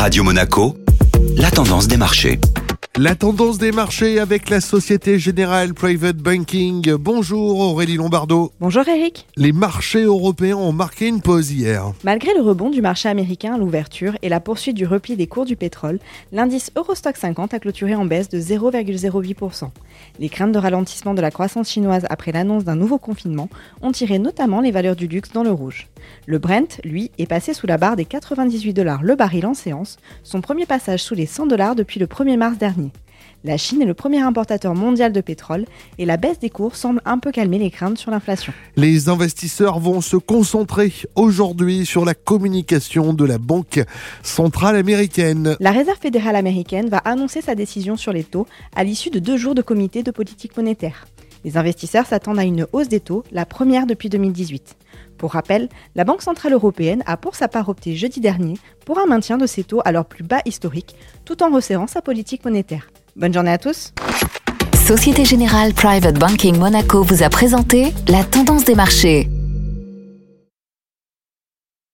Radio Monaco, la tendance des marchés. La tendance des marchés avec la Société Générale Private Banking. Bonjour Aurélie Lombardo. Bonjour Eric. Les marchés européens ont marqué une pause hier. Malgré le rebond du marché américain à l'ouverture et la poursuite du repli des cours du pétrole, l'indice Eurostoxx 50 a clôturé en baisse de 0,08%. Les craintes de ralentissement de la croissance chinoise après l'annonce d'un nouveau confinement ont tiré notamment les valeurs du luxe dans le rouge. Le Brent, lui, est passé sous la barre des $88 le baril en séance, son premier passage sous les $100 depuis le 1er mars dernier. La Chine est le premier importateur mondial de pétrole et la baisse des cours semble un peu calmer les craintes sur l'inflation. Les investisseurs vont se concentrer aujourd'hui sur la communication de la Banque centrale américaine. La Réserve fédérale américaine va annoncer sa décision sur les taux à l'issue de 2 jours de comité de politique monétaire. Les investisseurs s'attendent à une hausse des taux, la première depuis 2018. Pour rappel, la Banque centrale européenne a pour sa part opté jeudi dernier pour un maintien de ses taux à leur plus bas historique, tout en resserrant sa politique monétaire. Bonne journée à tous. Société Générale Private Banking Monaco vous a présenté la tendance des marchés.